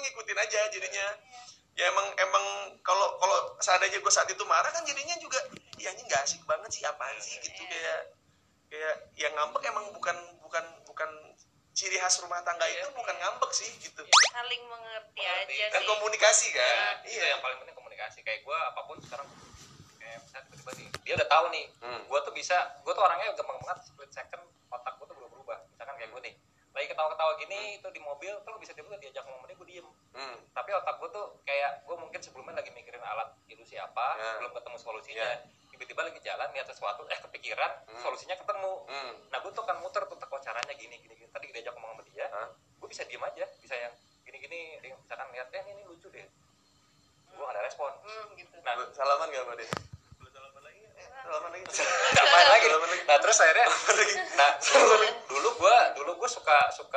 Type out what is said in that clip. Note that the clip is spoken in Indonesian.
ngikutin aja jadinya. Ya emang kalau seandainya gue saat itu marah kan jadinya juga ya ini nggak asik banget sih, apaan sih gitu. Kayak yang ngambek emang bukan ciri khas rumah tangga. Itu bukan ngambek sih gitu. Saling mengerti aja Dan sih. komunikasi kan. Iya, yang paling penting komunikasi. Kayak gue apapun sekarang, kayak misalnya tiba-tiba nih dia udah tahu nih, gue tuh orangnya gampang banget split second, otak gue tuh berubah. Misalkan kayak gue nih lagi ketawa-ketawa gini, itu di mobil tuh bisa tiba-tiba diajak ngomong dia, gue diem. Tapi otak gue tuh kayak gue mungkin sebelumnya lagi mikirin alat ilusi apa, belum ketemu solusinya. Tiba-tiba lagi jalan lihat sesuatu, kepikiran, solusinya ketemu. Nah gue tuh kan muter tuh caranya gini. Tadi diajak ngomong sama dia, gue bisa diem aja, bisa yang gini, misalkan lihat ini lucu deh, gue gak ada respon. Gitu. Nah, salaman gak Pak Deh? Salaman lagi. Ngapain lagi? Nah terus akhirnya, dulu gue suka